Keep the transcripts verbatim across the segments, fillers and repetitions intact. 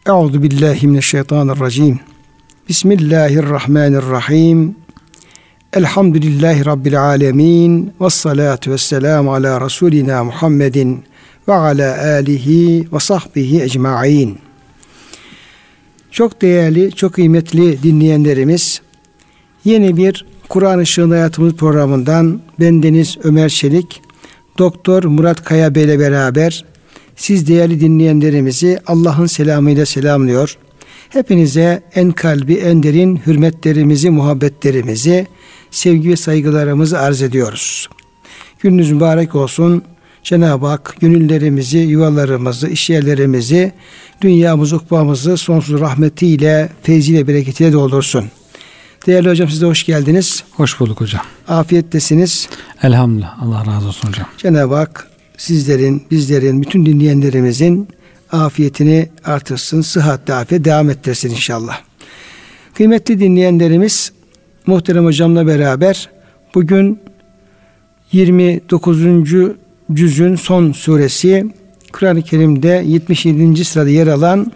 Euzu billahi mineşşeytanirracim. Bismillahirrahmanirrahim. Elhamdülillahi Rabbil alemin. Vessalatu vesselamu ala Resulina Muhammedin ve ala alihi ve sahbihi ecma'in. Çok değerli, çok kıymetli dinleyenlerimiz, yeni bir Kur'an Işığında Hayatımız programından bendeniz Ömer Çelik, Doktor Murat Kaya Bey ile beraber siz değerli dinleyenlerimizi Allah'ın selamıyla selamlıyor. Hepinize en kalbi, en derin hürmetlerimizi, muhabbetlerimizi, sevgi ve saygılarımızı arz ediyoruz. Gününüz mübarek olsun. Cenab-ı Hak gönüllerimizi, yuvalarımızı, işyerlerimizi, dünyamızı, ukbamızı sonsuz rahmetiyle, feyziyle, bereketiyle doldursun. Değerli hocam, siz de hoş geldiniz. Hoş bulduk hocam. Afiyettesiniz. Elhamdülillah. Allah razı olsun hocam. Cenab-ı Hak sizlerin, bizlerin, bütün dinleyenlerimizin afiyetini artırsın, sıhhatle afiyet devam ettirsin inşallah. Kıymetli dinleyenlerimiz, muhterem hocamla beraber bugün yirmi dokuzuncu cüzün son suresi, Kur'an-ı Kerim'de yetmiş yedinci sırada yer alan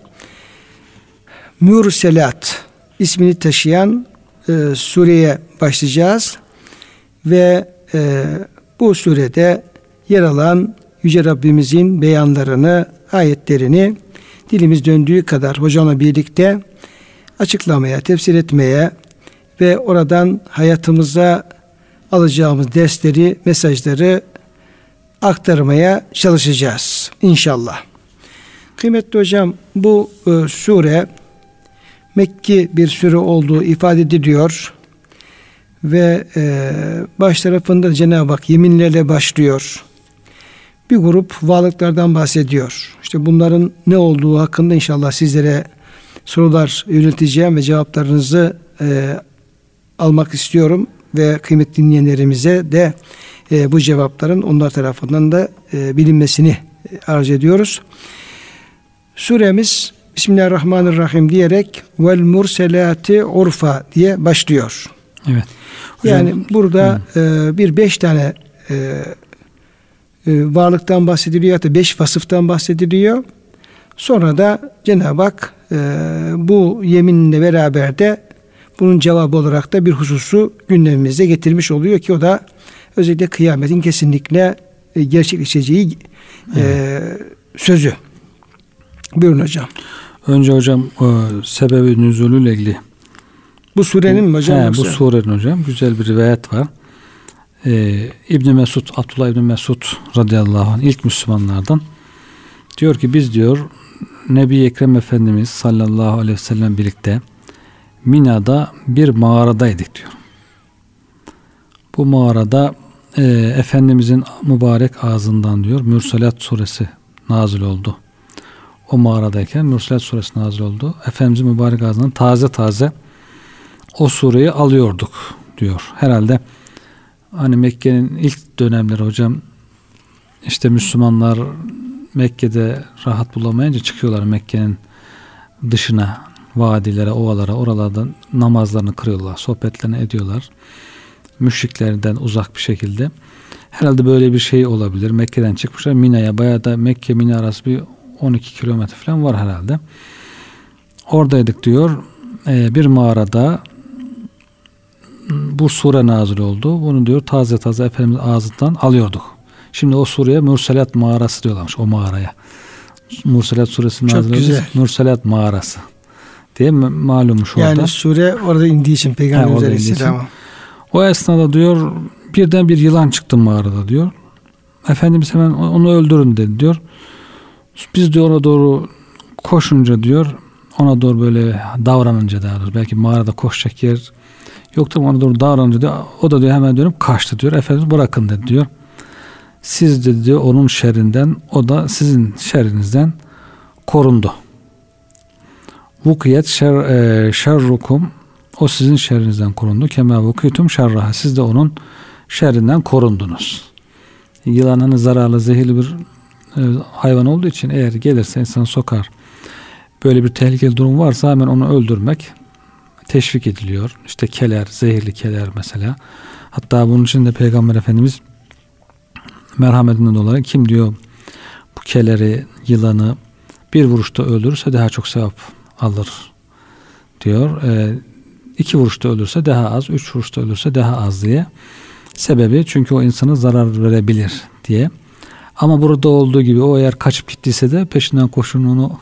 Mürselat ismini taşıyan e, sureye başlayacağız ve e, bu surede yer alan Yüce Rabbimizin beyanlarını, ayetlerini dilimiz döndüğü kadar hocamla birlikte açıklamaya, tefsir etmeye ve oradan hayatımıza alacağımız dersleri, mesajları aktarmaya çalışacağız inşallah. Kıymetli hocam, bu e, sure Mekki bir sure olduğu ifade ediliyor ve e, baş tarafında Cenab-ı Hak yeminlerle başlıyor. Bir grup varlıklardan bahsediyor. İşte bunların ne olduğu hakkında inşallah sizlere sorular yönelteceğim ve cevaplarınızı e, almak istiyorum ve kıymetli dinleyenlerimize de e, bu cevapların onlar tarafından da e, bilinmesini e, arzu ediyoruz. Suremiz Bismillahirrahmanirrahim diyerek vel murselati urfa diye başlıyor. Evet. Hocam, yani burada e, bir beş tane e, e, varlıktan bahsediliyor, hatta beş vasıftan bahsediliyor. Sonra da Cenab-ı Hak e, bu yeminle beraber de bunun cevabı olarak da bir hususu gündemimize getirmiş oluyor ki o da özellikle kıyametin kesinlikle e, gerçekleşeceği e, sözü. Buyurun hocam. Önce hocam o sebebi nüzulüyle ilgili. Bu surenin mi hocam? He, bu surenin hocam güzel bir rivayet var. Ee, İbn Mesud, Abdullah İbn Mesud radıyallahu anh ilk Müslümanlardan diyor ki biz diyor Nebi Ekrem Efendimiz sallallahu aleyhi ve sellem birlikte Mina'da bir mağaradaydık diyor. Bu mağarada e, Efendimizin mübarek ağzından diyor Mürselat suresi nazil oldu. O mağaradayken Mürselat suresi nazil oldu. Efendimizin mübarek ağzından taze taze o sureyi alıyorduk diyor. Herhalde hani Mekke'nin ilk dönemleri hocam işte Müslümanlar Mekke'de rahat bulamayınca çıkıyorlar Mekke'nin dışına, vadilere, ovalara, oralardan namazlarını kırıyorlar, sohbetlerini ediyorlar. Müşriklerden uzak bir şekilde. Herhalde böyle bir şey olabilir. Mekke'den çıkmışlar Mina'ya, bayağı da Mekke Mina arası bir on iki kilometre falan var herhalde. Oradaydık diyor. Ee, bir mağarada bu sure nazil oldu. Bunu diyor taze taze Efendimiz ağzından alıyorduk. Şimdi o sureye Mürselat mağarası diyorlarmış, o mağaraya. Mürselat suresi nazil oldu. Mürselat mağarası diye malummuş orada. Yani sure orada indiği için Peygamber Aleyhisselam. O esnada diyor birden bir yılan çıktı mağarada diyor. Efendimiz hemen onu öldürün dedi diyor. Biz de ona doğru koşunca diyor, ona doğru böyle davranınca daha doğrusu belki mağarada koşacak yer yoktu ama ona doğru davranınca diyor, o da diyor hemen dönüp kaçtı diyor. Efendimiz bırakın dedi diyor. Siz de diyor onun şerrinden, o da sizin şerrinizden korundu. Vukiyet şer, e, şerrukum, o sizin şerrinizden korundu. Kema vukitum şerraha, siz de onun şerrinden korundunuz. Yılan hani zararlı, zehirli bir e, hayvan olduğu için eğer gelirse insanı sokar. Böyle bir tehlikeli durum varsa hemen onu öldürmek teşvik ediliyor. İşte keler, zehirli keler mesela. Hatta bunun için de Peygamber Efendimiz merhametinden dolayı kim diyor bu keleri, yılanı bir vuruşta öldürürse daha çok sevap alır diyor. E, iki vuruşta ölürse daha az, üç vuruşta ölürse daha az diye. Sebebi çünkü o insana zarar verebilir diye. Ama burada olduğu gibi o eğer kaçıp gittiyse de peşinden koşun, onu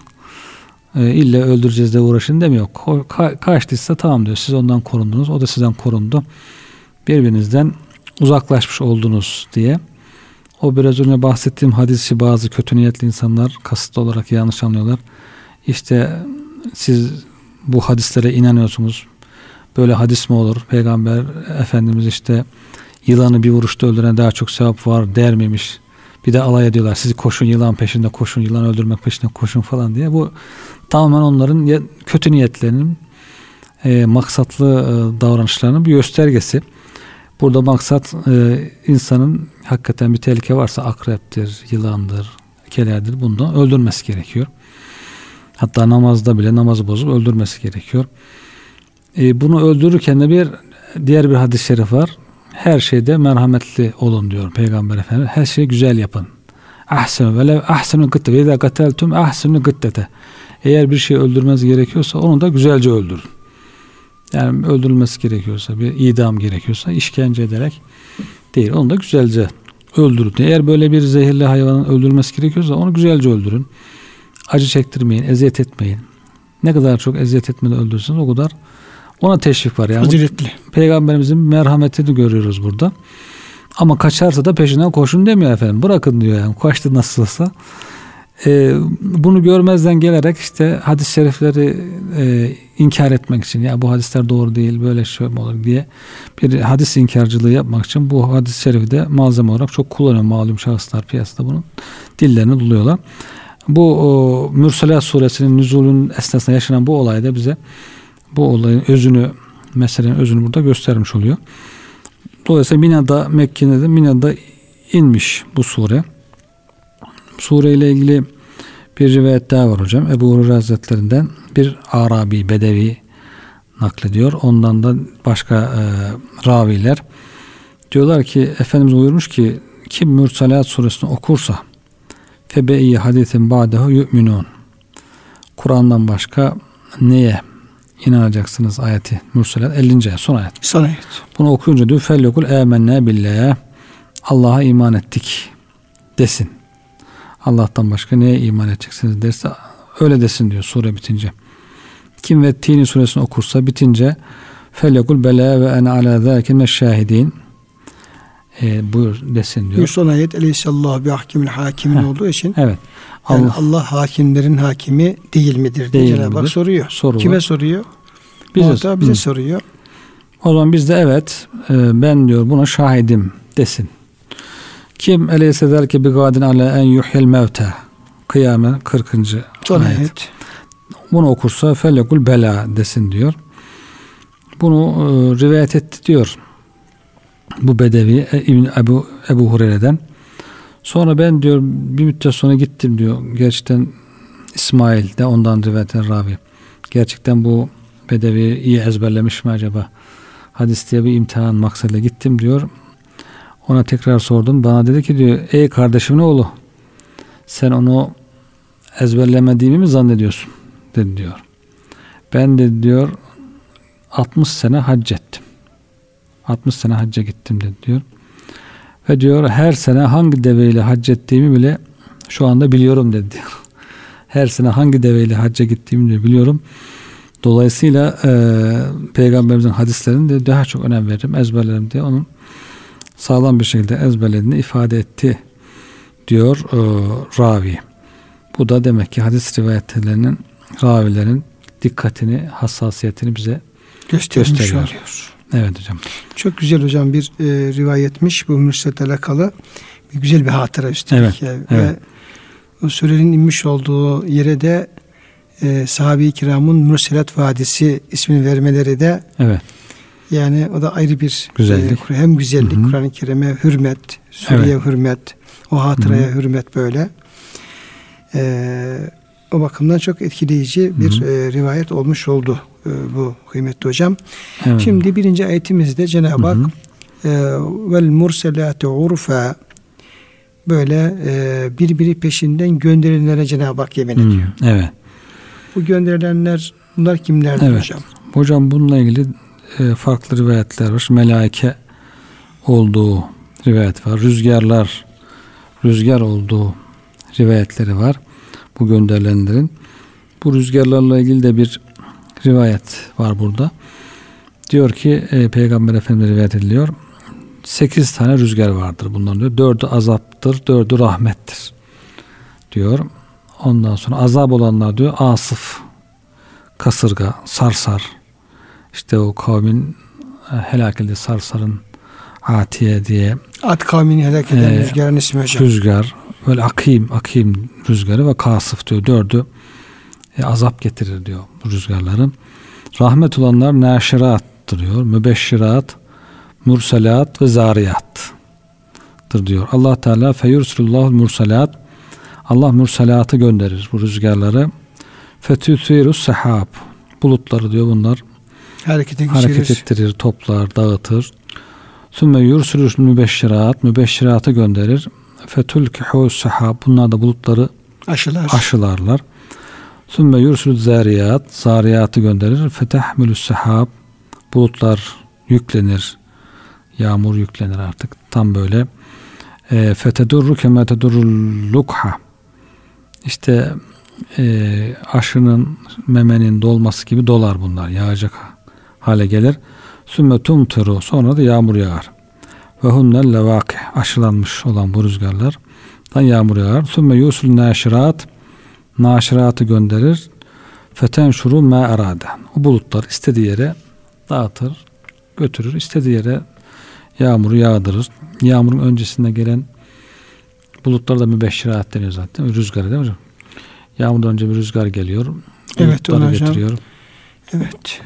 e, illa öldüreceğiz de uğraşın demiyor. Ka- ka- kaçtıysa tamam diyor. Siz ondan korundunuz. O da sizden korundu. Birbirinizden uzaklaşmış oldunuz diye. O biraz önce bahsettiğim hadisi bazı kötü niyetli insanlar kasıtlı olarak yanlış anlıyorlar. İşte siz bu hadislere inanıyorsunuz. Böyle hadis mi olur? Peygamber Efendimiz işte yılanı bir vuruşta öldüren daha çok sevap var der miymiş? Bir de alay ediyorlar. Sizi koşun yılan peşinde koşun, yılan öldürmek peşinde koşun falan diye. Bu tamamen onların kötü niyetlerinin, e, maksatlı e, davranışlarının bir göstergesi. Burada maksat e, insanın hakikaten bir tehlike varsa akreptir, yılandır, kelerdir, bundan öldürmesi gerekiyor. Hatta namazda bile namazı bozup öldürmesi gerekiyor. E, bunu öldürürken de bir diğer bir hadis-i şerif var. Her şeyde merhametli olun diyor Peygamber Efendimiz. Her şeyi güzel yapın. Ahsenu ve lev ahsenu gıtte ve izâ gateltum ahsenu gıttete. Eğer bir şey öldürmeniz gerekiyorsa onu da güzelce öldürün. Yani öldürülmesi gerekiyorsa, bir idam gerekiyorsa işkence ederek değil. Onu da güzelce öldürün. Eğer böyle bir zehirli hayvanın öldürülmesi gerekiyorsa onu güzelce öldürün. Acı çektirmeyin, eziyet etmeyin. Ne kadar çok eziyet etmeden öldürürseniz o kadar ona teşvik var. Yani faziletli. Peygamberimizin merhametini görüyoruz burada. Ama kaçarsa da peşinden koşun demiyor efendim. Bırakın diyor yani. Kaçtı nasılsa. Ee, bunu görmezden gelerek işte hadis-i şerifleri e, inkar etmek için, ya bu hadisler doğru değil, böyle şey mi olur diye bir hadis inkarcılığı yapmak için bu hadis-i şerifi de malzeme olarak çok kullanıyor malum şahıslar piyasada, bunun dillerini buluyorlar. Bu o, Mürselat suresinin nüzulün esnasında yaşanan bu olayda bize bu olayın özünü, meselenin özünü burada göstermiş oluyor. Dolayısıyla Mina'da, Mekke'de de Mina'da inmiş bu sure. Sure ile ilgili bir rivayet daha var hocam. Ebu Hureyre Hazretlerinden bir Arabi, Bedevi naklediyor. Ondan da başka e, raviler diyorlar ki Efendimiz buyurmuş ki kim Mürselat suresini okursa febe'iyye hadisin ba'dehu yu'minun. Kur'an'dan başka neye inanacaksınız ayeti. Mürselat ellinci ayet, son ayet. Son ayet. Bunu okuyunca diyor fellekul âmennâ billâh, Allah'a iman ettik desin. Allah'tan başka neye iman edeceksiniz derse öyle desin diyor sure bitince. Kim ve Tini suresini okursa bitince fellekul belâ ve ene alâ zâlike meşşâhidîn e, buyur desin diyor. Son ayet eleyhissallahu bi ahkimil hakimin Heh, olduğu için evet. Yani Allah, Allah hakimlerin hakimi değil midir diye Cenab-ı Hak soruyor. Soru Kime var. soruyor? Bize, Orada bize soruyor. O zaman biz de evet e, ben diyor buna şahidim desin. Kim eleyse derke bi gadin ala en yuhyil mevte, Kıyamet kırkıncı Son ayet. ayet. Bunu okursa fellekul bela desin diyor. Bunu e, rivayet etti diyor bu Bedevi İbn Ebu Ebu Hureyre'den. Sonra ben diyor bir müddet sonra gittim diyor. Gerçekten İsmail de ondan rivayet eden ravi. Gerçekten bu Bedevi iyi ezberlemiş mi acaba? Hadis diye bir imtihan maksadıyla gittim diyor. Ona tekrar sordum. Bana dedi ki diyor ey kardeşimin oğlu sen onu ezberlemediğimi mi zannediyorsun? Dedi diyor. Ben de diyor altmış sene hac ettim. altmış sene hacca gittim dedi diyor. Ve diyor her sene hangi deveyle hac ettiğimi bile şu anda biliyorum dedi diyor. Her sene hangi deveyle hacca gittiğimi de biliyorum. Dolayısıyla e, Peygamberimizin hadislerini de daha çok önem veririm, ezberlerim diye onun sağlam bir şekilde ezberlediğini ifade etti diyor e, ravi. Bu da demek ki hadis rivayetlerinin, ravilerin dikkatini, hassasiyetini bize göstermiş gösteriyor. oluyor. Evet hocam. Çok güzel hocam bir e, rivayetmiş bu Mürselat'la alakalı. Bir güzel bir hatıra üstelik. Evet, Yani. evet. Ve o surenin inmiş olduğu yere de e, sahabe-i kiramın Mürselat Vadisi ismini vermeleri de evet. Yani o da ayrı bir güzellik. E, hem güzellik, Kur'an-ı Kerim'e hürmet, sureye evet. hürmet, o hatıraya Hı-hı. hürmet böyle. E, o bakımdan çok etkileyici bir e, rivayet olmuş oldu e, bu kıymetli hocam. Evet. Şimdi birinci ayetimizde Cenab-ı Hak vel murselâti urfâ böyle e, birbiri peşinden gönderilenlere Cenab-ı Hak yemin ediyor. Hmm, evet. Bu gönderilenler bunlar kimlerdir evet. hocam? Hocam bununla ilgili e, farklı rivayetler var. Melaike olduğu rivayet var. Rüzgarlar, rüzgar olduğu rivayetleri var. Bu gönderilenlerin. Bu rüzgarlarla ilgili de bir rivayet var burada. Diyor ki e, Peygamber Efendimiz rivayet ediliyor. Sekiz tane rüzgar vardır bunların diyor. Dördü azaptır, dördü rahmettir diyor. Ondan sonra azap olanlar diyor asıf, kasırga, sarsar. İşte o kavmin helak edildiği sarsarın Atiye diye. Ad kavmini helak eden e, rüzgarın ismi hocam. Rüzgar. Böyle akim, akim rüzgarı ve kasıf diyor. Dördü e, azap getirir diyor bu rüzgarların. Rahmet olanlar naşirattır diyor. Mübeşşirat, mursalat ve zariyattır diyor. Allah Teala feyursullahu mursalat, Allah mursalatı gönderir bu rüzgarları. Fetüthirus sahab, bulutları diyor bunlar harekete geçirir. Hareket ettirir, toplar, dağıtır. Sümme yursulus mübeşşirat, mübeşşiratı gönderir. Fetülkihus sahab, bunlar da bulutları Aşılar. aşılarlar. Sümme yursulus zariyat, zariyatı gönderir. Fetehmülüs sahab, bulutlar yüklenir. Yağmur yüklenir artık. Tam böyle. E, Fetedurru kema tedurrul lukha. İşte e, aşının, memenin dolması gibi dolar bunlar. Yağacak hale gelir. Sümme tumtiru, sonra da yağmur yağar. Ve hunnel levâkih, aşılanmış olan bu rüzgarlardan yağmur yağar. Sümme yusul naşirat, naşiratı gönderir. Fetenşuru ma erade. O bulutlar istediği yere dağıtır, götürür. İstediği yere yağmuru yağdırır. Yağmurun öncesinde gelen bulutlar da mübeşşirat deniyor zaten. Rüzgarı değil mi hocam? Yağmurdan önce bir rüzgar geliyor. Evet, bulutları getiriyor. Evet.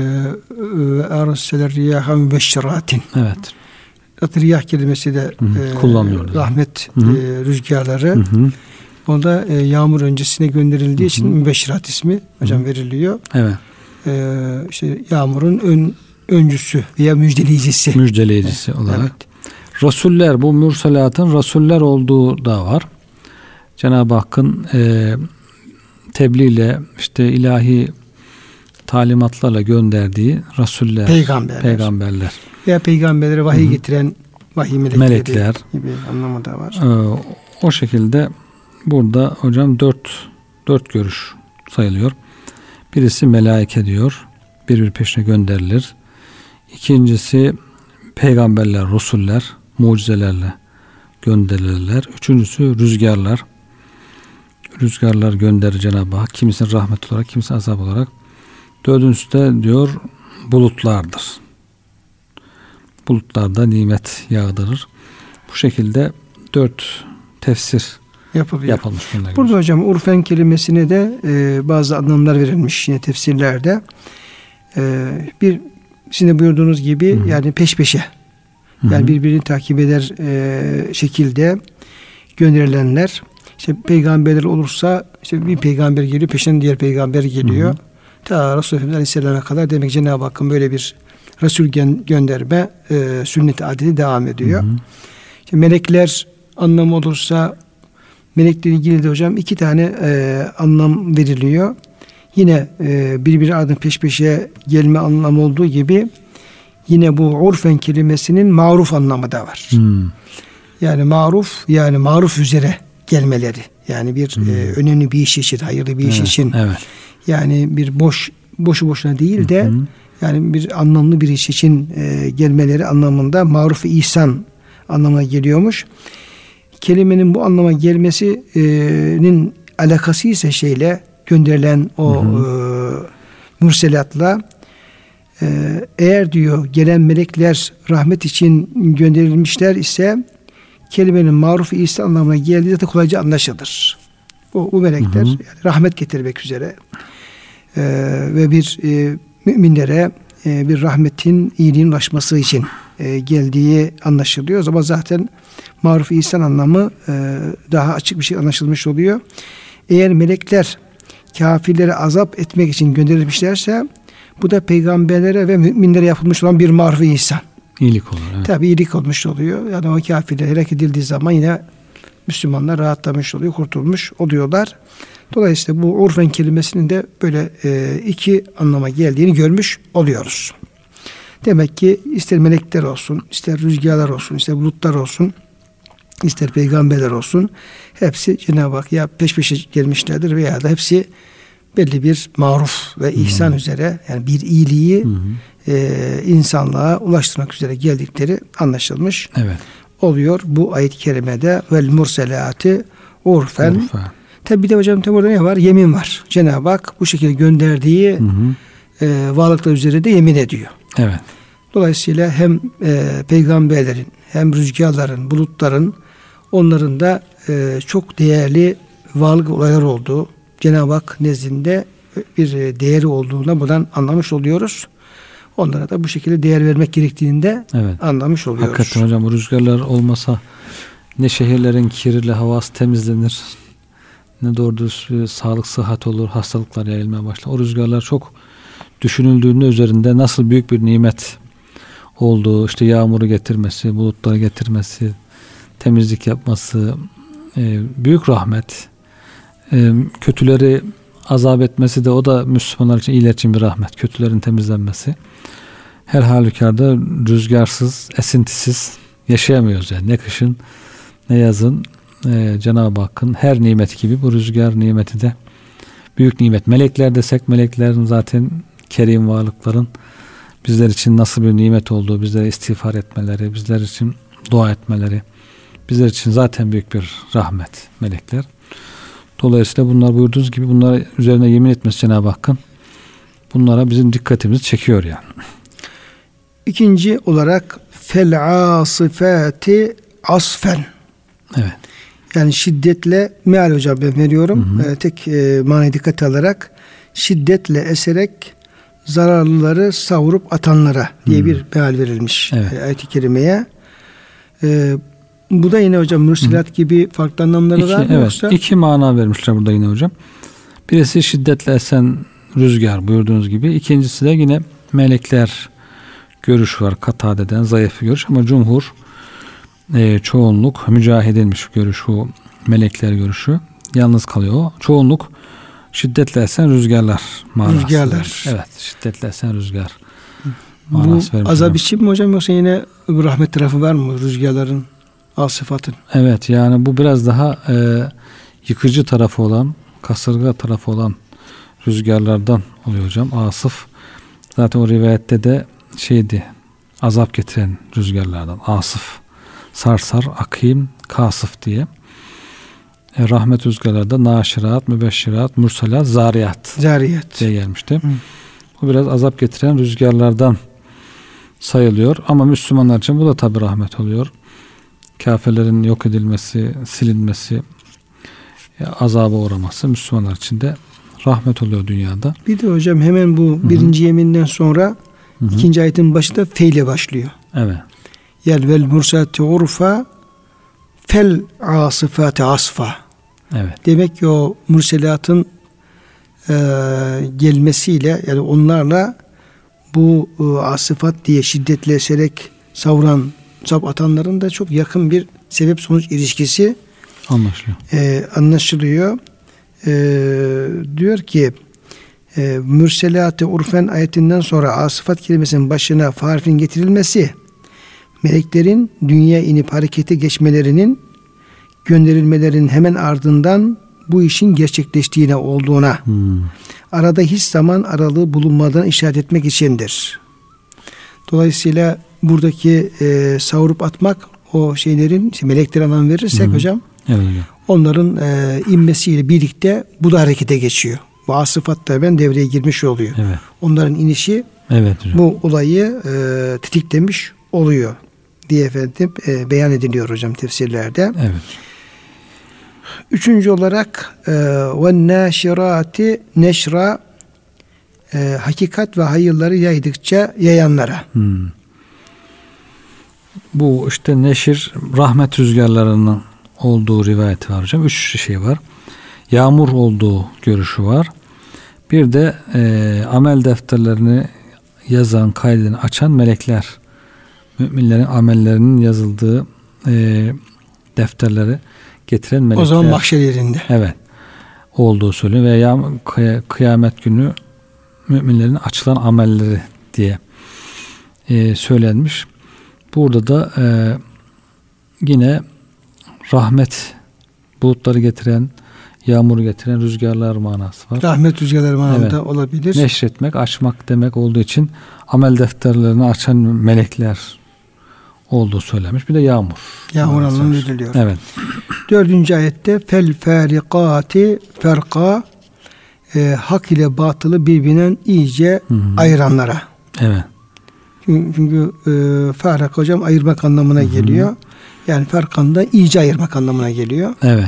Arseler riyaha mübeşşiratin. Evet. Riyah kelimesi de e, kullanılıyor. Rahmet Hı hı. E, rüzgarları. Hı hı. Onda e, yağmur öncesine gönderildiği Hı hı. için mübeşşirat ismi hocam hı hı. veriliyor. Evet. E, işte yağmurun ön, öncüsü veya müjdeleyicisi. Müjdeleyicisi evet. olarak. Evet. Rasuller, bu mürselatın rasuller olduğu da var. Cenab-ı Hakk'ın e, tebliğle, işte ilahi talimatlarla gönderdiği rasuller, peygamberler, peygamberler veya peygamberlere vahiy Hı-hı. getiren vahiy melekleri melekler gibi anlamı da var. E, o şekilde burada hocam dört dört görüş sayılıyor. Birisi melaike diyor. Birbiri peşine gönderilir. İkincisi peygamberler, rasuller mucizelerle gönderilirler. Üçüncüsü rüzgarlar. Rüzgarlar gönderir Cenab-ı Hak. Kimisinin rahmet olarak, kimisinin azap olarak. Dördüncüsü de diyor bulutlardır. Bulutlarda nimet yağdırır. Bu şekilde dört tefsir yapılıyor. yapılmış. Burada gibi. Hocam urfen kelimesine de e, bazı anlamlar verilmiş yine tefsirlerde. E, bir sizin de buyurduğunuz gibi Hı-hı. yani peş peşe yani Hı-hı. birbirini takip eder e, şekilde gönderilenler. İşte peygamberler olursa işte bir peygamber geliyor, peşinden diğer peygamber geliyor. Hı-hı. Ta Resulullah Aleyhisselam'a kadar demek Cenab-ı Hakk'ın böyle bir Resul gönderme e, sünnet-i adeti devam ediyor. İşte melekler anlamı olursa meleklerle ilgili de hocam iki tane e, anlam veriliyor. Yine e, birbiri ardına peş peşe gelme anlamı olduğu gibi yine bu urfen kelimesinin maruf anlamı da var. Hmm. Yani maruf yani maruf üzere gelmeleri. Yani bir hmm. e, önemli bir iş için, hayırlı bir iş evet, için. Evet. Yani bir boş boşu boşuna değil de hmm. yani bir anlamlı bir iş için e, gelmeleri anlamında maruf-i ihsan anlamına geliyormuş. Kelimenin bu anlama gelmesinin alakası ise şeyle gönderilen o hı hı. E, mürselatla e, eğer diyor gelen melekler rahmet için gönderilmişler ise kelimenin maruf-i ihsan anlamına geldiği zaten kolayca anlaşılır. O, o melekler hı hı. Yani rahmet getirmek üzere e, ve bir e, müminlere e, bir rahmetin iyiliğin ulaşması için e, geldiği anlaşılıyor. O zaman zaten maruf-i ihsan anlamı e, daha açık bir şey anlaşılmış oluyor. Eğer melekler kafirlere azap etmek için gönderilmişlerse bu da peygamberlere ve müminlere yapılmış olan bir maruf-i ihsan. İyilik olur. Evet. Tabii iyilik olmuş oluyor. Yani o kafirler helak edildiği zaman yine Müslümanlar rahatlamış oluyor, kurtulmuş oluyorlar. Dolayısıyla bu urfen kelimesinin de böyle e, iki anlama geldiğini görmüş oluyoruz. Demek ki ister melekler olsun, ister rüzgarlar olsun, ister bulutlar olsun, ister peygamberler olsun, hepsi Cenab-ı Hak ya peş peşe gelmişlerdir veya da hepsi belli bir maruf ve ihsan hmm. üzere, yani bir iyiliği hmm. e, insanlığa ulaştırmak üzere geldikleri anlaşılmış evet. oluyor. Bu ayet-i kerimede vel murselati urfen. Urfen. Tabi bir de hocam tabi orada ne var? Yemin var. Cenab-ı Hak bu şekilde gönderdiği hı hı. E, varlıklar üzerinde de yemin ediyor. Evet. Dolayısıyla hem e, peygamberlerin hem rüzgarların, bulutların, onların da e, çok değerli varlık olaylar olduğu, Cenab-ı Hak nezdinde bir değeri olduğunu buradan anlamış oluyoruz. Onlara da bu şekilde değer vermek gerektiğini de evet. anlamış oluyoruz. Hakikaten hocam, bu rüzgarlar olmasa ne şehirlerin kirli havası temizlenir, ne doğru düz sağlık, sıhhat olur, hastalıklar yayılmaya başlar. O rüzgarlar çok düşünüldüğünde üzerinde nasıl büyük bir nimet olduğu, işte yağmuru getirmesi, bulutları getirmesi, temizlik yapması, e, büyük rahmet. E, kötüleri azap etmesi de, o da Müslümanlar için, iyiler için bir rahmet. Kötülerin temizlenmesi. Her halükarda rüzgarsız, esintisiz yaşayamıyoruz yani. Ne kışın ne yazın. Ee, Cenab-ı Hakk'ın her nimeti gibi bu rüzgar nimeti de büyük nimet. Melekler desek, meleklerin zaten kerim varlıkların bizler için nasıl bir nimet olduğu, bizlere istiğfar etmeleri, bizler için dua etmeleri, bizler için zaten büyük bir rahmet melekler. Dolayısıyla bunlar, buyurduğunuz gibi, bunlara üzerine yemin etmesi Cenab-ı Hakk'ın, bunlara bizim dikkatimizi çekiyor yani. İkinci olarak fel asifati asfen. Evet. Yani şiddetle, meal hocam ben veriyorum. Hı hı. E, tek e, manayı dikkate alarak, şiddetle eserek zararlıları savurup atanlara diye hı. bir meal verilmiş evet. e, ayet-i kerimeye. E, bu da yine hocam mürselat hı. gibi farklı anlamları iki, var mı evet, yoksa? İki mana vermişler burada yine hocam. Birisi şiddetle esen rüzgar buyurduğunuz gibi. İkincisi de yine melekler görüş var. Katade'den zayıf bir görüş ama cumhur, e, çoğunluk mücahidinmiş görüş, o melekler görüşü. Yalnız kalıyor o. Çoğunluk şiddetle esen rüzgarlar manası. Rüzgarlar. Evet, şiddetle esen rüzgar. Bu azap için mi hocam, yoksa yine bir rahmet tarafı var mı rüzgarların, asıfatın? Evet, yani bu biraz daha e, yıkıcı tarafı olan, kasırga tarafı olan rüzgarlardan oluyor hocam. Asıf zaten o rivayette de şeydi, azap getiren rüzgarlardan. Asıf, sarsar, akim, kasıf diye. E, rahmet rüzgarlarda naşirat, mübeşşirat, mursalat, zariyat, zariyat diye gelmişti. Hı. Bu biraz azap getiren rüzgarlardan sayılıyor. Ama Müslümanlar için bu da tabi rahmet oluyor. Kafirlerin yok edilmesi, silinmesi, azaba uğraması Müslümanlar için de rahmet oluyor dünyada. Bir de hocam hemen bu Hı-hı. birinci yeminden sonra Hı-hı. ikinci ayetin başında fe ile başlıyor. Evet. Yel vel mursati urfa fel asifati asfa. Evet. Demek ki o murselatın e, gelmesiyle, yani onlarla bu e, asifat diye şiddetle eserek savuran, sap atanların da çok yakın bir sebep sonuç ilişkisi anlaşılıyor. E, anlaşılıyor. E, diyor ki e, mürselat-ı urfen ayetinden sonra asifat kelimesinin başına farfin getirilmesi, meleklerin dünya inip harekete geçmelerinin, gönderilmelerinin hemen ardından bu işin gerçekleştiğine olduğuna, hmm. arada hiç zaman aralığı bulunmadan işaret etmek içindir. Dolayısıyla buradaki e, savurup atmak, o şeylerin, işte melekleri anlam verirsek hmm. hocam, evet, hocam, onların e, inmesiyle birlikte bu da harekete geçiyor. Bu asıfat da ben devreye girmiş oluyor. Evet. Onların inişi evet, bu olayı e, tetiklemiş oluyor diye efendim e, beyan ediliyor hocam tefsirlerde. Evet. Üçüncü olarak ve nâşirâti neşra, e, hakikat ve hayırları yaydıkça yayanlara. Hmm. Bu işte neşir, rahmet rüzgarlarının olduğu rivayeti var hocam. Üç şey var. Yağmur olduğu görüşü var. Bir de e, amel defterlerini yazan, kaydını açan melekler. Müminlerin amellerinin yazıldığı e, defterleri getiren melekler. O zaman mahşer yerinde. Evet. Olduğu söyleniyor veya kıyamet günü müminlerin açılan amelleri diye e, söylenmiş. Burada da e, yine rahmet, bulutları getiren, yağmuru getiren rüzgarlar manası var. Rahmet rüzgarları manasında evet. olabilir. Neşretmek, açmak demek olduğu için amel defterlerini açan melekler olduğu söylenmiş. Bir de yağmur. Yağmur anlamı veriliyor. Evet. Dördüncü ayette fel farikati ferka, e, hak ile batılı birbirinden iyice Hı-hı. ayıranlara. Evet. Çünkü, çünkü e, fark hocam ayırmak anlamına Hı-hı. geliyor. Yani farkan da iyice ayırmak anlamına geliyor. Evet.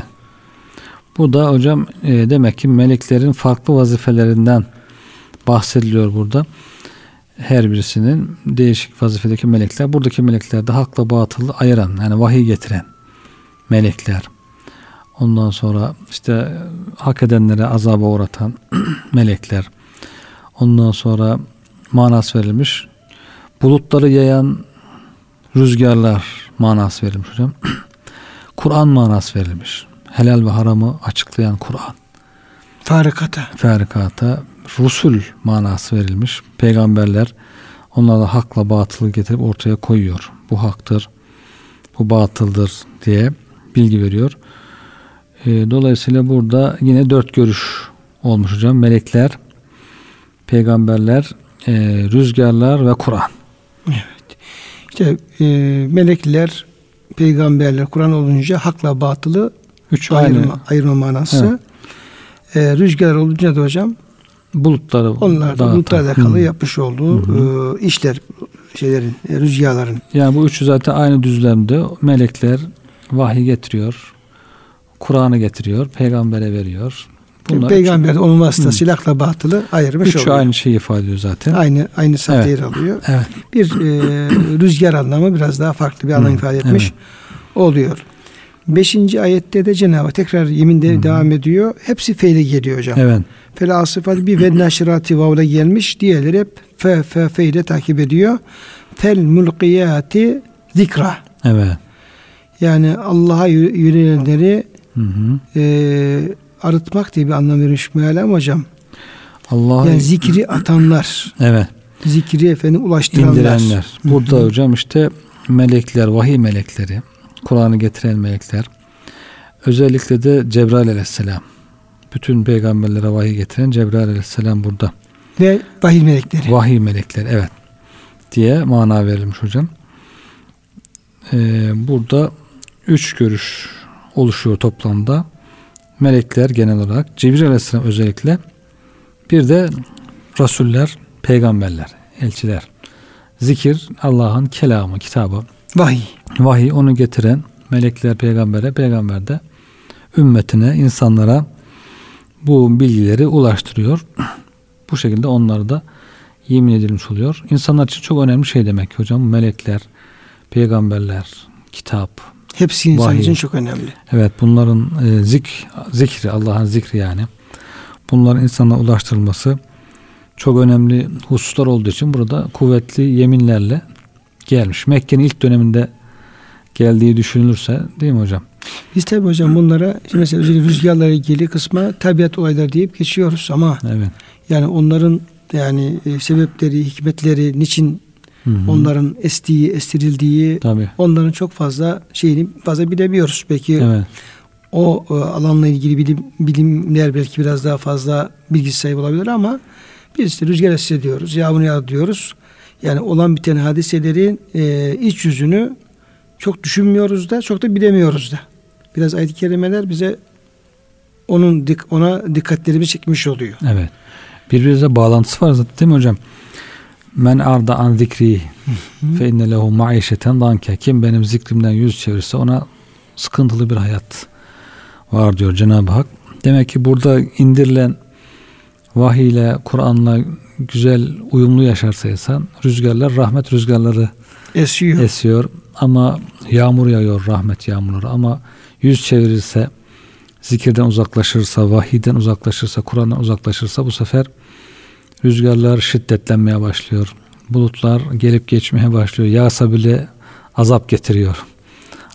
Bu da hocam e, demek ki meleklerin farklı vazifelerinden bahsediliyor burada. Her birisinin değişik vazifedeki melekler. Buradaki melekler de hakla batılı ayıran, yani vahiy getiren melekler. Ondan sonra işte hak edenlere azaba uğratan melekler. Ondan sonra manası verilmiş. Bulutları yayan rüzgarlar manası verilmiş hocam. Kur'an manası verilmiş. Helal ve haramı açıklayan Kur'an. Farikata. Farikata. Rusul manası verilmiş. Peygamberler onlar da hakla batılı getirip ortaya koyuyor. Bu haktır, bu batıldır diye bilgi veriyor. E, dolayısıyla burada yine dört görüş olmuş hocam. Melekler, peygamberler, e, rüzgarlar ve Kur'an. Evet. İşte e, melekler, peygamberler, Kur'an olunca hakla batılı üç ayırma, ayırma manası. Evet. E, rüzgar olunca da hocam bulutları onlar da bulutlarla alakalı yapmış olduğu e, işler, şeylerin, e, rüzgarların. Yani bu üçü zaten aynı düzlemde. Melekler vahiy getiriyor, Kur'an'ı getiriyor, peygambere veriyor. Bunlar peygamber onun vasıtasıyla hakla batılı ayırmış Üçü oluyor. aynı şeyi ifade ediyor zaten. Aynı aynı safta evet. yer alıyor. Evet. Bir e, rüzgar anlamı biraz daha farklı bir anlam Hı. ifade etmiş evet. oluyor. Beşinci ayette de Cenab-ı Hak tekrar yeminde Hı. devam ediyor. Hepsi feyle geliyor hocam. Evet. Fel asifat bir ve naşirati vavla gelmiş. Diğerleri hep fe fe feyle takip ediyor. Fel mulkiyati zikra. Evet. Yani Allah'a yönelenleri hı hı. E, arıtmak diye bir anlam vermiş mealem hocam. Allah yani zikri atanlar. Evet. Zikri efendim ulaştıranlar. İndirenler. Burada hı hı. hocam işte melekler, vahiy melekleri, Kur'an'ı getiren melekler. Özellikle de Cebrail aleyhisselam. Bütün peygamberlere vahiy getiren Cebrail aleyhisselam burada. Ve vahiy melekleri. Vahiy melekleri evet. Diye mana verilmiş hocam. Ee, burada üç görüş oluşuyor toplamda. Melekler genel olarak, Cebrail aleyhisselam özellikle, bir de rasuller, peygamberler, elçiler. Zikir, Allah'ın kelamı, kitabı. Vahiy. Vahiy onu getiren melekler peygambere, peygamber de ümmetine, insanlara bu bilgileri ulaştırıyor. Bu şekilde onları da yemin edilmiş oluyor. İnsanlar için çok önemli şey demek ki hocam. Melekler, peygamberler, kitap. Hepsi insan vahiy. için çok önemli. Evet, bunların e, zik, zikri, Allah'ın zikri yani. Bunların insana ulaştırılması çok önemli hususlar olduğu için burada kuvvetli yeminlerle gelmiş. Mekke'nin ilk döneminde geldiği düşünülürse değil mi hocam? Biz tabi hocam bunlara mesela rüzgarlarla ilgili kısma tabiat olayları deyip geçiyoruz ama evet. yani onların yani e, sebepleri, hikmetleri, niçin hı hı. onların estiği, estirildiği, tabii. onların çok fazla şeyini fazla bilemiyoruz. Belki evet. o e, alanla ilgili bilim, bilimler belki biraz daha fazla bilgi sahibi olabilir ama biz işte rüzgar esti diyoruz, yağmur yağ diyoruz. Yani olan biten hadiselerin e, iç yüzünü çok düşünmüyoruz da, çok da bilemiyoruz da. Biraz ayet-i kerimeler bize onun ona dikkatlerimizi çekmiş oluyor. Evet. Birbirine bağlantısı var zaten değil mi hocam? Men arda an zikri fe inne lehu maişeten danke. Kim benim zikrimden yüz çevirirse ona sıkıntılı bir hayat var diyor Cenab-ı Hak. Demek ki burada indirilen vahiy ile, Kur'an'la güzel uyumlu yaşarsa insan, rüzgarlar rahmet rüzgarları esiyor. esiyor. Ama yağmur yağıyor, rahmet yağmurları. Ama yüz çevirirse, zikirden uzaklaşırsa, vahiyden uzaklaşırsa, Kur'an'dan uzaklaşırsa bu sefer rüzgarlar şiddetlenmeye başlıyor. Bulutlar gelip geçmeye başlıyor. Yağsa bile azap getiriyor.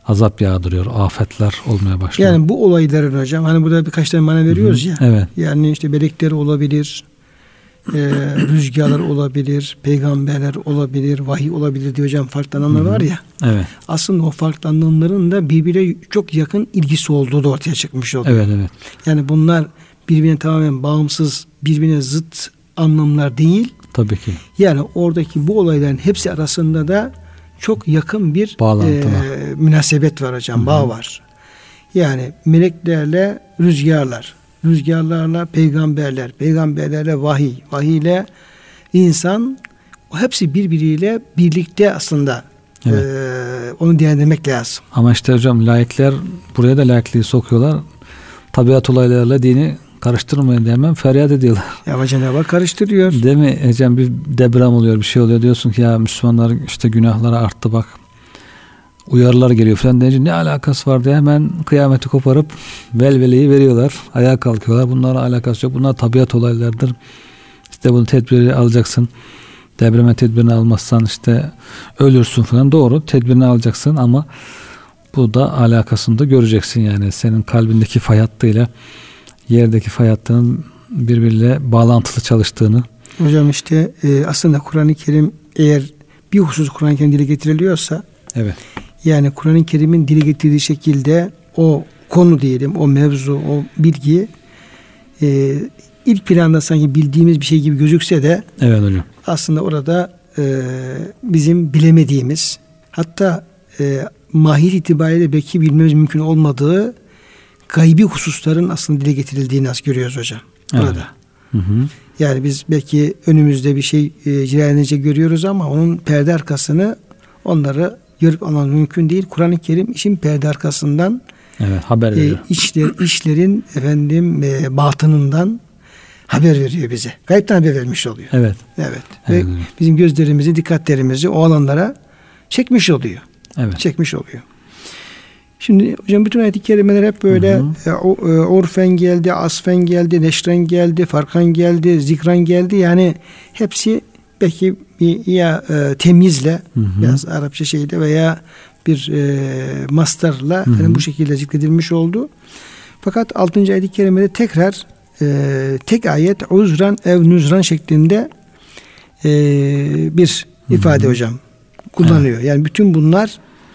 azap yağdırıyor. Afetler olmaya başlıyor. Yani bu olayların hocam hani burada birkaç tane mana veriyoruz ya. Evet. Yani işte melekler olabilir, e, rüzgarlar olabilir, peygamberler olabilir, vahiy olabilir diye hocam farklı anlamlar var ya. Evet. Aslında o farklı anlamların da birbirine çok yakın ilgisi olduğu da ortaya çıkmış oluyor. Evet, evet. Yani bunlar birbirine tamamen bağımsız, birbirine zıt anlamlar değil. Tabii ki. Yani oradaki bu olayların hepsi arasında da çok yakın bir bağlantı e, var. münasebet var hocam, Hı-hı. bağ var. Yani meleklerle rüzgarlar, rüzgarlarla peygamberler, peygamberlerle vahiy, vahiyle insan, o hepsi birbiriyle birlikte aslında. Evet. E, onu değerlendirmek lazım. Ama işte hocam laikler buraya da laikliği sokuyorlar. Tabiat olaylarıyla dini karıştırmayın diye hemen feryat ediyorlar. Ya Cenab-ı Hak karıştırıyor. Değil mi hocam, bir deprem oluyor, bir şey oluyor, diyorsun ki ya Müslümanlar işte günahları arttı bak, uyarılar geliyor falan deyince ne alakası var diye hemen kıyameti koparıp velveleyi veriyorlar. Ayağa kalkıyorlar. Bunlarla alakası yok. Bunlar tabiat olaylarıdır. İşte bunu tedbiri alacaksın. Depreme tedbirini almazsan işte ölürsün falan. Doğru, tedbirini alacaksın ama bu da alakasını da göreceksin yani. Senin kalbindeki fay hattıyla yerdeki fay hattının birbiriyle bağlantılı çalıştığını. Hocam işte e, aslında Kur'an-ı Kerim eğer bir husus Kur'an-ı Kerim dile getiriliyorsa, evet. Yani Kur'an-ı Kerim'in dile getirdiği şekilde o konu diyelim, o mevzu, o bilgi e, ilk planda sanki bildiğimiz bir şey gibi gözükse de, evet hocam, aslında orada e, bizim bilemediğimiz, hatta e, mahiyet itibariyle belki bilmemiz mümkün olmadığı gaybi hususların aslında dile getirildiğini az görüyoruz hocam burada. Evet. Hı hı. Yani biz belki önümüzde bir şey e, cilalenece görüyoruz ama onun perde arkasını, onları görüp almamız mümkün değil. Kur'an-ı Kerim işin perde arkasından, evet, haber veriyor. E, işler, işlerin efendim e, batınından haber veriyor bize. Gaybden haber vermiş oluyor. Evet. Evet. Ve evet, bizim gözlerimizi, dikkatlerimizi o alanlara çekmiş oluyor. Evet. Çekmiş oluyor. Şimdi hocam bütün ayet-i kerimeler hep böyle hı hı. E, urfen geldi, asfen geldi, neşren geldi, farkan geldi, zikran geldi. Yani hepsi belki bir ya e, temyizle, hı hı. biraz Arapça şeyle veya bir e, mastarla yani bu şekilde zikredilmiş oldu. Fakat altıncı ayet-i kerimede tekrar e, tek ayet uzran ev nuzran şeklinde e, bir ifade, hı hı. hocam kullanıyor. Evet. Yani bütün bunlar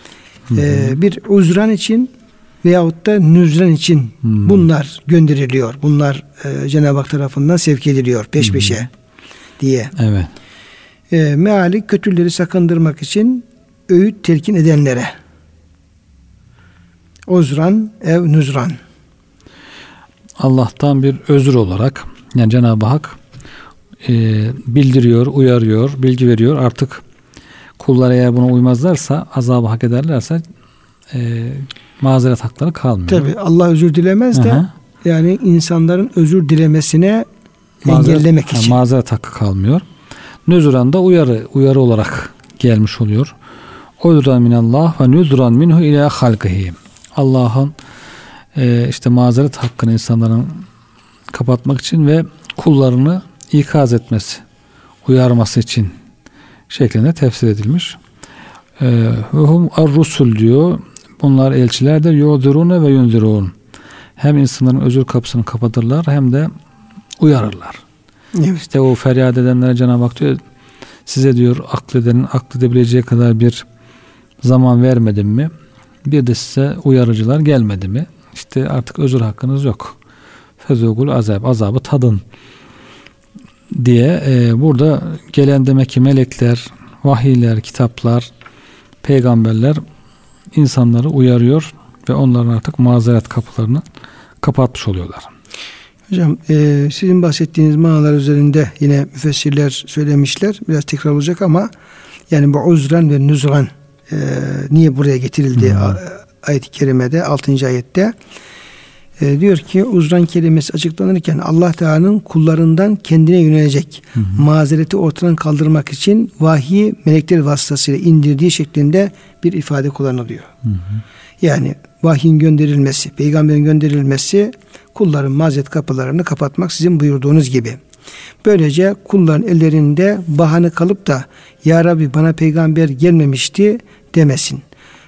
Ee, bir uzran için veyahut da nüzran için hmm. bunlar gönderiliyor. Bunlar e, Cenab-ı Hak tarafından sevk ediliyor peş peşe hmm. diye. Evet. E, meali kötüleri sakındırmak için öğüt telkin edenlere. Uzran ev nüzran. Allah'tan bir özür olarak yani Cenab-ı Hak e, bildiriyor, uyarıyor, bilgi veriyor. Artık kullar eğer buna uymazlarsa, azabı hak ederlerse e, mazeret hakları kalmıyor. Tabii Allah özür dilemez de, Aha. yani insanların özür dilemesine mazeret, engellemek için. Yani mazeret hakkı kalmıyor. Nüzuran da uyarı, uyarı olarak gelmiş oluyor. Uyduran minallah ve nüzuran minhu ila halkihi. Allah'ın e, işte mazeret hakkını insanların kapatmak için ve kullarını ikaz etmesi, uyarması için şeklinde tefsir edilmiş. Hum ar-rusul diyor. Bunlar elçilerdir. Yuzurune ve yunzirun. Hem insanların özür kapısını kapatırlar hem de uyarırlar. Evet. İşte o feryat edenlere Cenab-ı Hak diyor, size diyor akledenin akledebileceği kadar bir zaman vermedim mi? Bir de size uyarıcılar gelmedi mi? İşte artık özür hakkınız yok. Fezugul azab, azabı tadın diye e, burada gelen demek ki melekler, vahiyler, kitaplar, peygamberler insanları uyarıyor ve onların artık mazeret kapılarını kapatmış oluyorlar. Hocam e, sizin bahsettiğiniz manalar üzerinde yine müfessirler söylemişler. Biraz tekrar olacak ama yani bu uzran ve nüzran e, niye buraya getirildi hmm. ayet-i kerimede altıncı ayette e, diyor ki uzran kelimesi açıklanırken Allah Teala'nın kullarından kendine yönelecek hı hı. mazereti ortadan kaldırmak için vahiy melekler vasıtasıyla indirdiği şeklinde bir ifade kullanılıyor. Hı hı. Yani vahyin gönderilmesi, peygamberin gönderilmesi kulların mazeret kapılarını kapatmak sizin buyurduğunuz gibi. Böylece kulların ellerinde bahane kalıp da ya Rabbi bana peygamber gelmemişti demesin.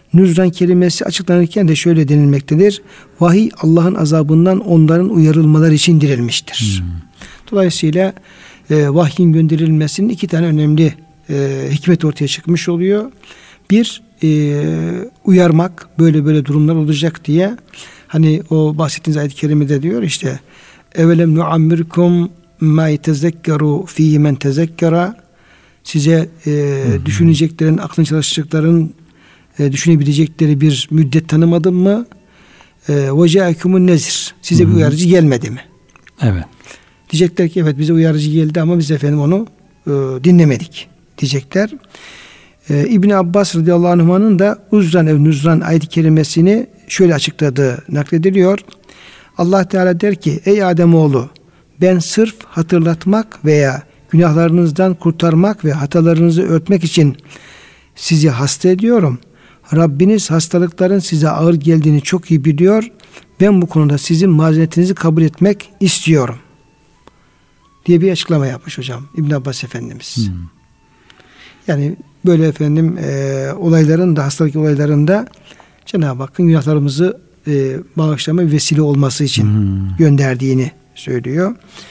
Nüzran kelimesi açıklanırken de şöyle denilmektedir. Vahiy Allah'ın azabından onların uyarılmaları için indirilmiştir. Hmm. Dolayısıyla e, vahyin gönderilmesinin iki tane önemli e, hikmet ortaya çıkmış oluyor. Bir, e, uyarmak, böyle böyle durumlar olacak diye. Hani o bahsettiğiniz ayet-i kerimede diyor işte evelem nuammirkum ma yetezekkeru fi men tezekkera, size e, düşüneceklerin, aklını çalışacakların e, düşünebilecekleri bir müddet tanımadım mı? Ve ca'ekumun nezir, size bir uyarıcı gelmedi mi? Evet. Diyecekler ki evet bize uyarıcı geldi ama biz efendim onu e, dinlemedik diyecekler. E, İbn Abbas radıyallahu anh'ın da uzran ev nuzran ayet-i kerimesini şöyle açıkladığı naklediliyor. Allah Teala der ki ey Ademoğlu, ben sırf hatırlatmak veya günahlarınızdan kurtarmak ve hatalarınızı örtmek için sizi hasta ediyorum. Rabbiniz hastalıkların size ağır geldiğini çok iyi biliyor. Ben bu konuda sizin mazeretinizi kabul etmek istiyorum diye bir açıklama yapmış hocam İbn Abbas Efendimiz. Hmm. Yani böyle efendim e, olayların da hastalık olaylarında Cenab-ı Hakk'ın günahlarımızı e, bağışlama vesile olması için hmm. gönderdiğini söylüyor.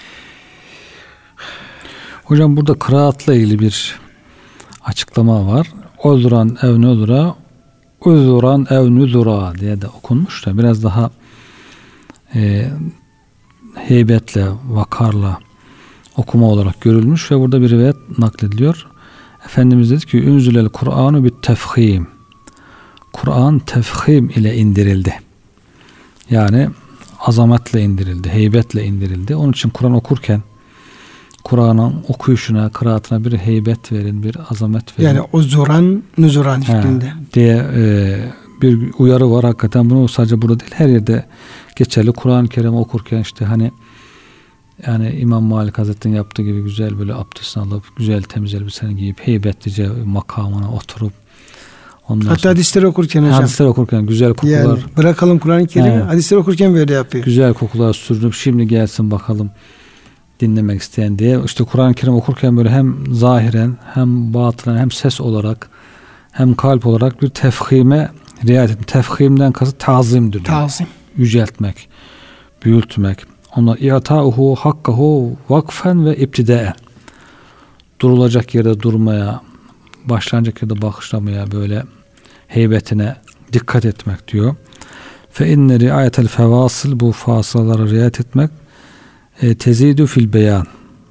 Hocam burada kıraatla ilgili bir açıklama var. Olduran ev nudura, uzuran ev nudura diye de okunmuş da biraz daha e, heybetle, vakarla okuma olarak görülmüş ve burada bir rivayet naklediliyor. Efendimiz dedi ki Ünzülel Kur'anu bit tefhim. Kur'an tefhim ile indirildi. Yani azametle indirildi, heybetle indirildi. Onun için Kur'an okurken Kur'an'ın okuyuşuna, kıraatına bir heybet verin, bir azamet verin. Yani uzuran, nuzuran şeklinde. Diye e, bir uyarı var hakikaten. Bunu sadece burada değil, her yerde geçerli. Kur'an-ı Kerim'i okurken işte hani yani İmam Malik Hazretleri'nin yaptığı gibi güzel böyle abdestini alıp, güzel temiz elbiseni giyip, heybetlice makamına oturup ondan hatta sonra, hadisleri okurken hocam. Hadisleri okurken güzel kokular. Yani bırakalım Kur'an-ı Kerim'i, hadisleri okurken böyle yapıyor. Güzel kokular sürünüp şimdi gelsin bakalım dinlemek isteyen diye. İşte Kur'an-ı Kerim okurken böyle hem zahiren hem batınen hem ses olarak hem kalp olarak bir tefhime riayet etmek. Tefhimden kasıt tazimdir. Tazim. Yüceltmek, büyütmek. Ona i'ta'uhu hakkahu vakfen ve ibtidaen. Durulacak yerde durmaya, başlanacak yerde başlamaya, böyle heybetine dikkat etmek diyor. Fe inne riayetel fevasıl, bu fasılalara riayet etmek e, tezidü fil beyan.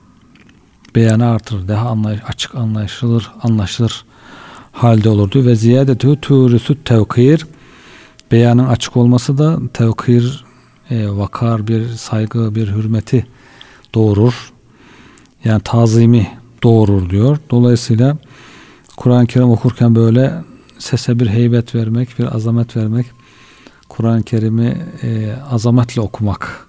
Beyanı artırır. Daha anlay açık anlaşılır, anlaşılır halde olurdu. Ve ziyadetü turisü tevkir. Beyanın açık olması da tevkir, e, vakar, bir saygı, bir hürmeti doğurur. Yani tazimi doğurur diyor. Dolayısıyla Kur'an-ı Kerim okurken böyle sese bir heybet vermek, bir azamet vermek, Kur'an-ı Kerim'i e, azametle okumak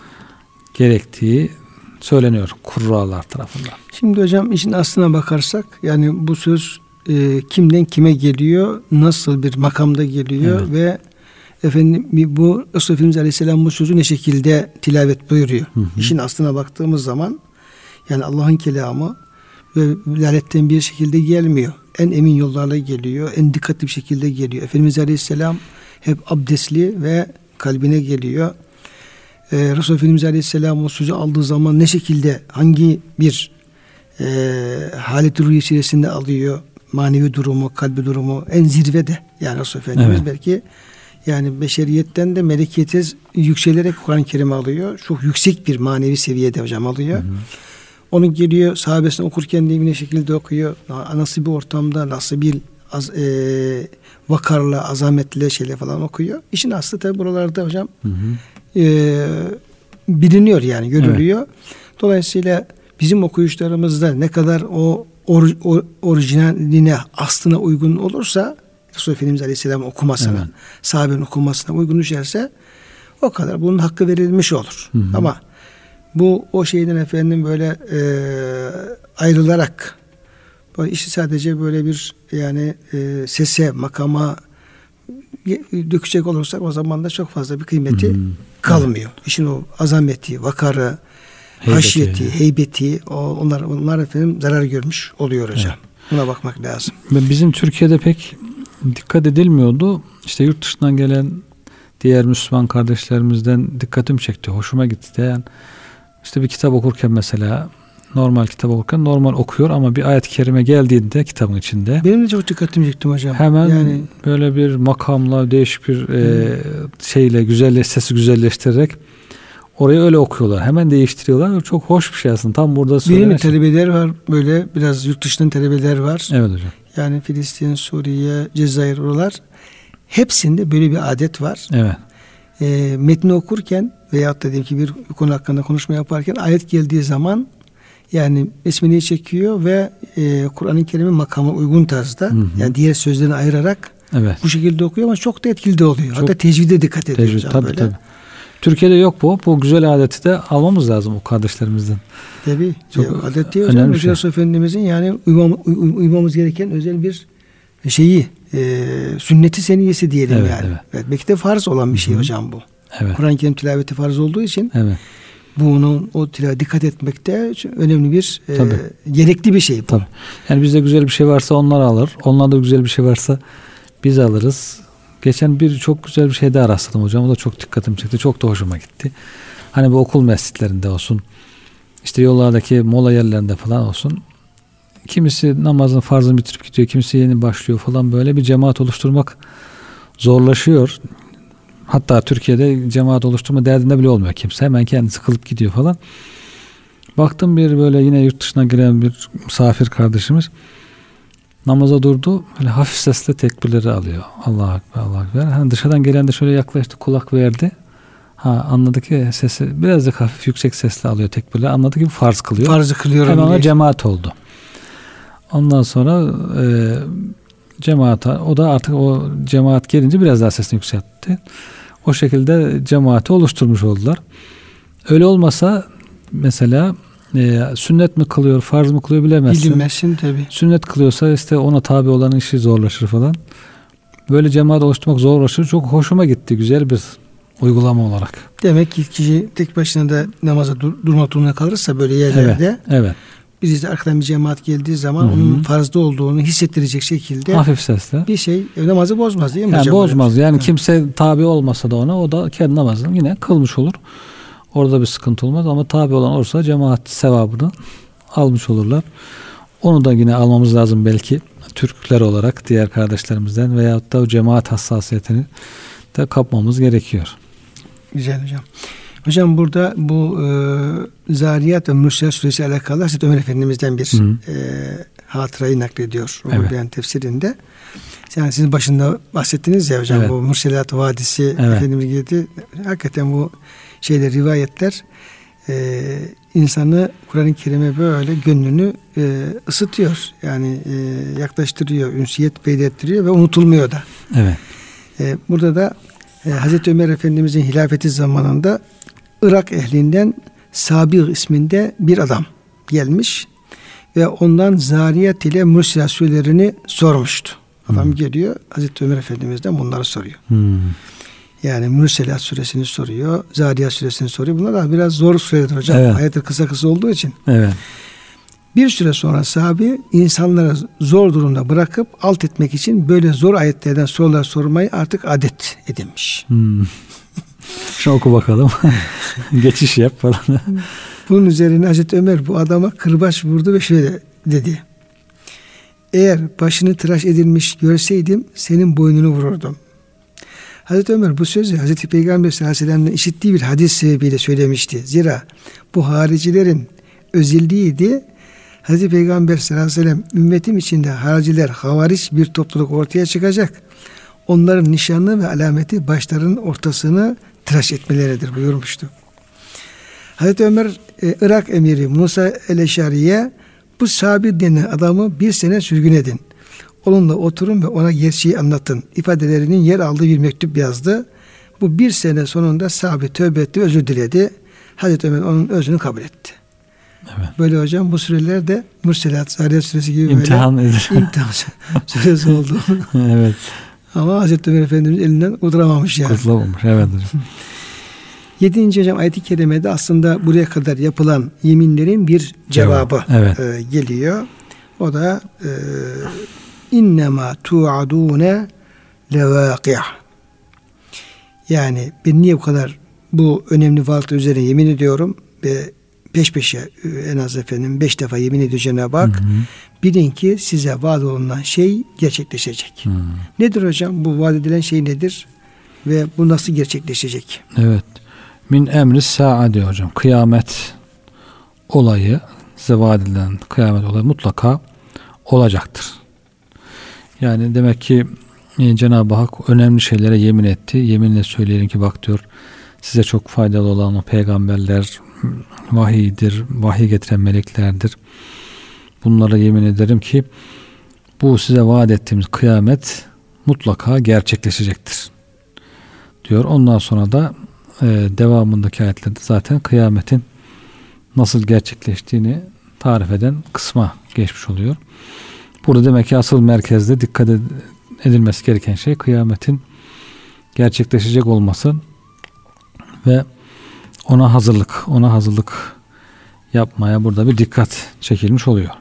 gerektiği söyleniyor kurralar tarafından. Şimdi hocam işin aslına bakarsak yani bu söz e, kimden kime geliyor, nasıl bir makamda geliyor, evet. Ve efendim bu Resulullah Efendimiz Aleyhisselam bu sözü ne şekilde tilavet buyuruyor. Hı hı. İşin aslına baktığımız zaman yani Allah'ın kelamı ve laletten bir şekilde gelmiyor. En emin yollarla geliyor, en dikkatli bir şekilde geliyor. Efendimiz Aleyhisselam hep abdestli ve kalbine geliyor. Ee, Resulullah Efendimiz Aleyhisselam o sözü aldığı zaman ne şekilde, hangi bir e, halet-i ruh içerisinde alıyor, manevi durumu, kalbi durumu en zirvede. Yani Resulullah Efendimiz evet. Belki yani beşeriyetten de melekiyete yükselerek Kur'an-ı Kerim'i alıyor. Çok yüksek bir manevi seviyede hocam alıyor. Hı hı. Onu geliyor sahabesine okurken de ne şekilde okuyor. Nasıl bir ortamda, nasıl bir az, e, vakarla, azametle şeyle falan okuyor. İşin aslı tabi buralarda hocam hı hı. E, biliniyor yani görülüyor. Evet. Dolayısıyla bizim okuyuşlarımızda ne kadar o or, or, orijinaline, aslına uygun olursa Resulullah Efendimiz Aleyhisselam okumasına, evet. Sahabenin okumasına uygun düşerse o kadar bunun hakkı verilmiş olur. Hı hı. Ama bu o şeyden efendim böyle e, ayrılarak böyle işi sadece böyle bir yani e, sese, makama dökecek olursak o zaman da çok fazla bir kıymeti hmm. kalmıyor. Evet. İşin o azameti, vakarı, heybeti, haşiyeti, heybeti o, onlar onlar efendim zarar görmüş oluyor hocam. Evet. Buna bakmak lazım. Bizim Türkiye'de pek dikkat edilmiyordu. İşte yurt dışından gelen diğer Müslüman kardeşlerimizden dikkatim çekti. Hoşuma gitti. Yani işte bir kitap okurken mesela normal kitap okurken normal okuyor ama bir ayet-i kerime geldiğinde kitabın içinde benim de çok dikkatimi çekti hocam. Hemen yani böyle bir makamla değişik bir e, şeyle güzelle sesi güzelleştirerek orayı öyle okuyorlar. Hemen değiştiriyorlar. Çok hoş bir şey aslında. Tam burada söylenen benim şey. talebeler var. Böyle biraz yurt dışından talebeler var. Evet hocam. Yani Filistin, Suriye, Cezayir oralar. Hepsinde böyle bir adet var. Evet. E, metni okurken veyahut da diyelim ki bir konu hakkında konuşma yaparken ayet geldiği zaman yani besmeleyi çekiyor ve e, Kur'an-ı Kerim'in makamına uygun tarzda, hı hı, yani diğer sözlerini ayırarak evet, bu şekilde okuyor ama çok da etkili de oluyor. Çok, hatta tecvide dikkat ediyor. Tecvid, tabii, böyle. Tabii. Türkiye'de yok bu. Bu güzel adeti de almamız lazım o kardeşlerimizden. Tabii. Çok ya, adet değil hocam. Hocam şey. Efendimizin yani uymam, uy, uymamız gereken özel bir şeyi, e, sünneti seniyesi diyelim, evet, yani. Evet. Evet, belki de farz olan bir şey, hı-hı, hocam bu. Evet. Kur'an-ı Kerim tilaveti farz olduğu için, evet, bunun o tilavete dikkat etmekte önemli bir e, gerekli bir şey bu. Tabii. Yani bizde güzel bir şey varsa onlar alır. Onlarda güzel bir şey varsa biz alırız. Geçen bir çok güzel bir şey daha rastladım hocam. O da çok dikkatimi çekti. Çok da hoşuma gitti. Hani bu okul mescitlerinde olsun, işte yollardaki mola yerlerinde falan olsun. Kimisi namazın farzını bitirip gidiyor. Kimisi yeni başlıyor falan. Böyle bir cemaat oluşturmak zorlaşıyor. Hatta Türkiye'de cemaat oluşturma derdinde bile olmuyor kimse. Hemen kendisi kılıp gidiyor falan. Baktım bir böyle yine yurt dışına giren bir misafir kardeşimiz namaza durdu. Böyle hafif sesle tekbirleri alıyor. Allahu Ekber, Allahu Ekber. Hani dışarıdan gelen de şöyle yaklaştı, kulak verdi. Ha, anladı ki sesi birazcık hafif yüksek sesle alıyor tekbirleri. Anladı ki farz kılıyor. Farzı kılıyorum. Hemen ona cemaat oldu. Ondan sonra e, cemaat, o da artık o cemaat gelince biraz daha sesini yükseltti. O şekilde cemaati oluşturmuş oldular. Öyle olmasa mesela e, sünnet mi kılıyor, farz mı kılıyor bilemezsin. Bilinmezsin tabii. Sünnet kılıyorsa işte ona tabi olan işi zorlaşır falan. Böyle cemaat oluşturmak zorlaşır. Çok hoşuma gitti. Güzel bir uygulama olarak. Demek ki kişi tek başına da namaza dur, durmak durumunda kalırsa böyle yerlerde, evet, evet, birisi de arkadan bir cemaat geldiği zaman, hı-hı, onun farzda olduğunu hissettirecek şekilde hafif sesle bir şey namazı bozmaz değil mi yani hocam? Bozmaz. Yani evet, kimse tabi olmasa da ona, o da kendi namazını yine kılmış olur. Orada bir sıkıntı olmaz ama tabi olan olursa cemaat sevabını almış olurlar. Onu da yine almamız lazım belki Türkler olarak diğer kardeşlerimizden veyahut da o cemaat hassasiyetini de kapmamız gerekiyor. Güzel hocam. Hocam burada bu e, Zariyat ve Mürselat suresi alakalı Hazreti Ömer Efendimiz'den bir e, hatırayı naklediyor. O evet, beyan tefsirinde. Yani sizin başında bahsettiniz ya hocam, evet, bu Mürselat Vadisi, evet, Efendimiz geldi. Hakikaten bu şeyler, rivayetler e, insanı Kur'an-ı Kerim'e böyle gönlünü e, ısıtıyor. Yani e, yaklaştırıyor, ünsiyet peydettiriyor ve unutulmuyor da. Evet. E, burada da e, Hazreti Ömer Efendimiz'in hilafeti zamanında Irak ehlinden Sabir isminde bir adam gelmiş ve ondan Zariyat ile Mürselat surelerini sormuştu. Adam hmm. geliyor Hazreti Ömer Efendimiz'den bunları soruyor. Hmm. Yani Mürselat suresini soruyor, Zariyat suresini soruyor. Bunlar da biraz zor sureler hocam. Evet. Ayetler kısa kısa olduğu için. Evet. Bir süre sonra sahabe insanları zor durumda bırakıp alt etmek için böyle zor ayetlerden sorular sormayı artık adet edinmiş. Hmm. Şunu oku bakalım. Geçiş yap falan. Bunun üzerine Hazreti Ömer bu adama kırbaç vurdu ve şöyle dedi. Eğer başını tıraş edilmiş görseydim senin boynunu vururdum. Hazreti Ömer bu sözü Hazreti Peygamber sallallahu aleyhi ve sellem'den işittiği bir hadis sebebiyle söylemişti. Zira bu haricilerin özilliğiydi. Hazreti Peygamber sallallahu aleyhi ve sellem ümmetim içinde hariciler, havariç bir topluluk ortaya çıkacak. Onların nişanı ve alameti başlarının ortasını tıraş etmeleridir buyurmuştu. Hazreti Ömer e, Irak emiri Musa el-Eşari'ye bu Sabir denen adamı bir sene sürgün edin. Onunla oturun ve ona gerçeği anlatın ifadelerinin yer aldığı bir mektup yazdı. Bu bir sene sonunda Sabir tövbe etti, özür diledi. Hazreti Ömer onun özrünü kabul etti. Evet. Böyle hocam bu süreler de Mürselat, Zariyat suresi gibi İmtihan böyle edilir. imtihan süresi oldu. Evet. Ama Hazreti Ömer Efendimiz elinden kurtulamamış yani. Kurtulamamış, evet hocam. Yedinci hocam ayet-i kerimede aslında buraya kadar yapılan yeminlerin bir cevabı evet, e, geliyor. O da e, innema tu'adune levâki'. Yani ben niye bu kadar bu önemli varlıklar üzerine yemin ediyorum ve peş peşe en az efendim beş defa yemin ediyor Cenab-ı Hak. Hı hı. Bilin ki size vaat olunan şey gerçekleşecek. Hı. Nedir hocam? Bu vaat edilen şey nedir? Ve bu nasıl gerçekleşecek? Evet. Min emri sa'a diyor hocam. Kıyamet olayı, size vaat edilen kıyamet olayı mutlaka olacaktır. Yani demek ki Cenab-ı Hak önemli şeylere yemin etti. Yeminle söyleyelim ki bak diyor, size çok faydalı olan o peygamberler vahiydir, vahiy getiren meleklerdir. Bunlara yemin ederim ki bu size vaat ettiğimiz kıyamet mutlaka gerçekleşecektir diyor. Ondan sonra da e, devamındaki ayetlerde zaten kıyametin nasıl gerçekleştiğini tarif eden kısma geçmiş oluyor. Burada demek ki asıl merkezde dikkat edilmesi gereken şey kıyametin gerçekleşecek olması ve ona hazırlık, ona hazırlık yapmaya burada bir dikkat çekilmiş oluyor.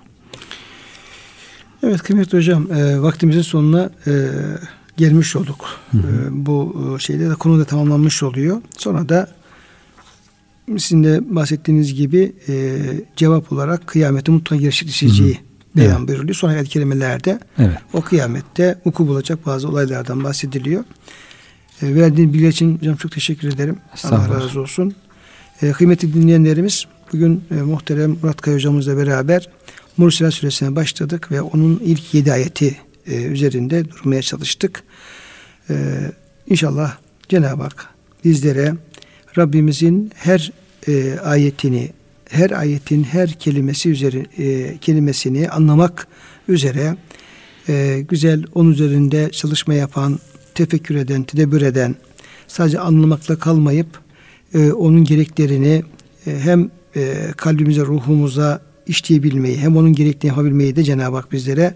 Evet kıymetli hocam, e, vaktimizin sonuna e, gelmiş olduk. Hı hı. E, bu şeyde de konu da tamamlanmış oluyor. Sonra da sizin de bahsettiğiniz gibi e, cevap olarak kıyametin mutlaka gerçekleşeceği beyan evet. buyuruluyor. Sonra ayet-i kerimelerde evet. o kıyamette vuku bulacak bazı olaylardan bahsediliyor. E, verdiğiniz bilgi için hocam çok teşekkür ederim. Allah razı olsun. E, kıymetli dinleyenlerimiz, bugün e, muhterem Murat Kaya hocamızla beraber Mursilat Suresine başladık ve onun ilk yedi ayeti e, üzerinde durmaya çalıştık. E, İnşallah Cenab-ı Hak bizlere Rabbimizin her e, ayetini, her ayetin her kelimesi üzeri, e, kelimesini anlamak üzere e, güzel onun üzerinde çalışma yapan, tefekkür eden, tedebbür eden, sadece anlamakla kalmayıp e, onun gereklerini e, hem e, kalbimize, ruhumuza işleyebilmeyi, hem onun gerektiğini yapabilmeyi de Cenab-ı Hak bizlere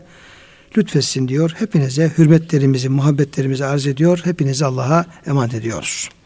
lütfetsin diyor. Hepinize hürmetlerimizi, muhabbetlerimizi arz ediyor. Hepinizi Allah'a emanet ediyoruz.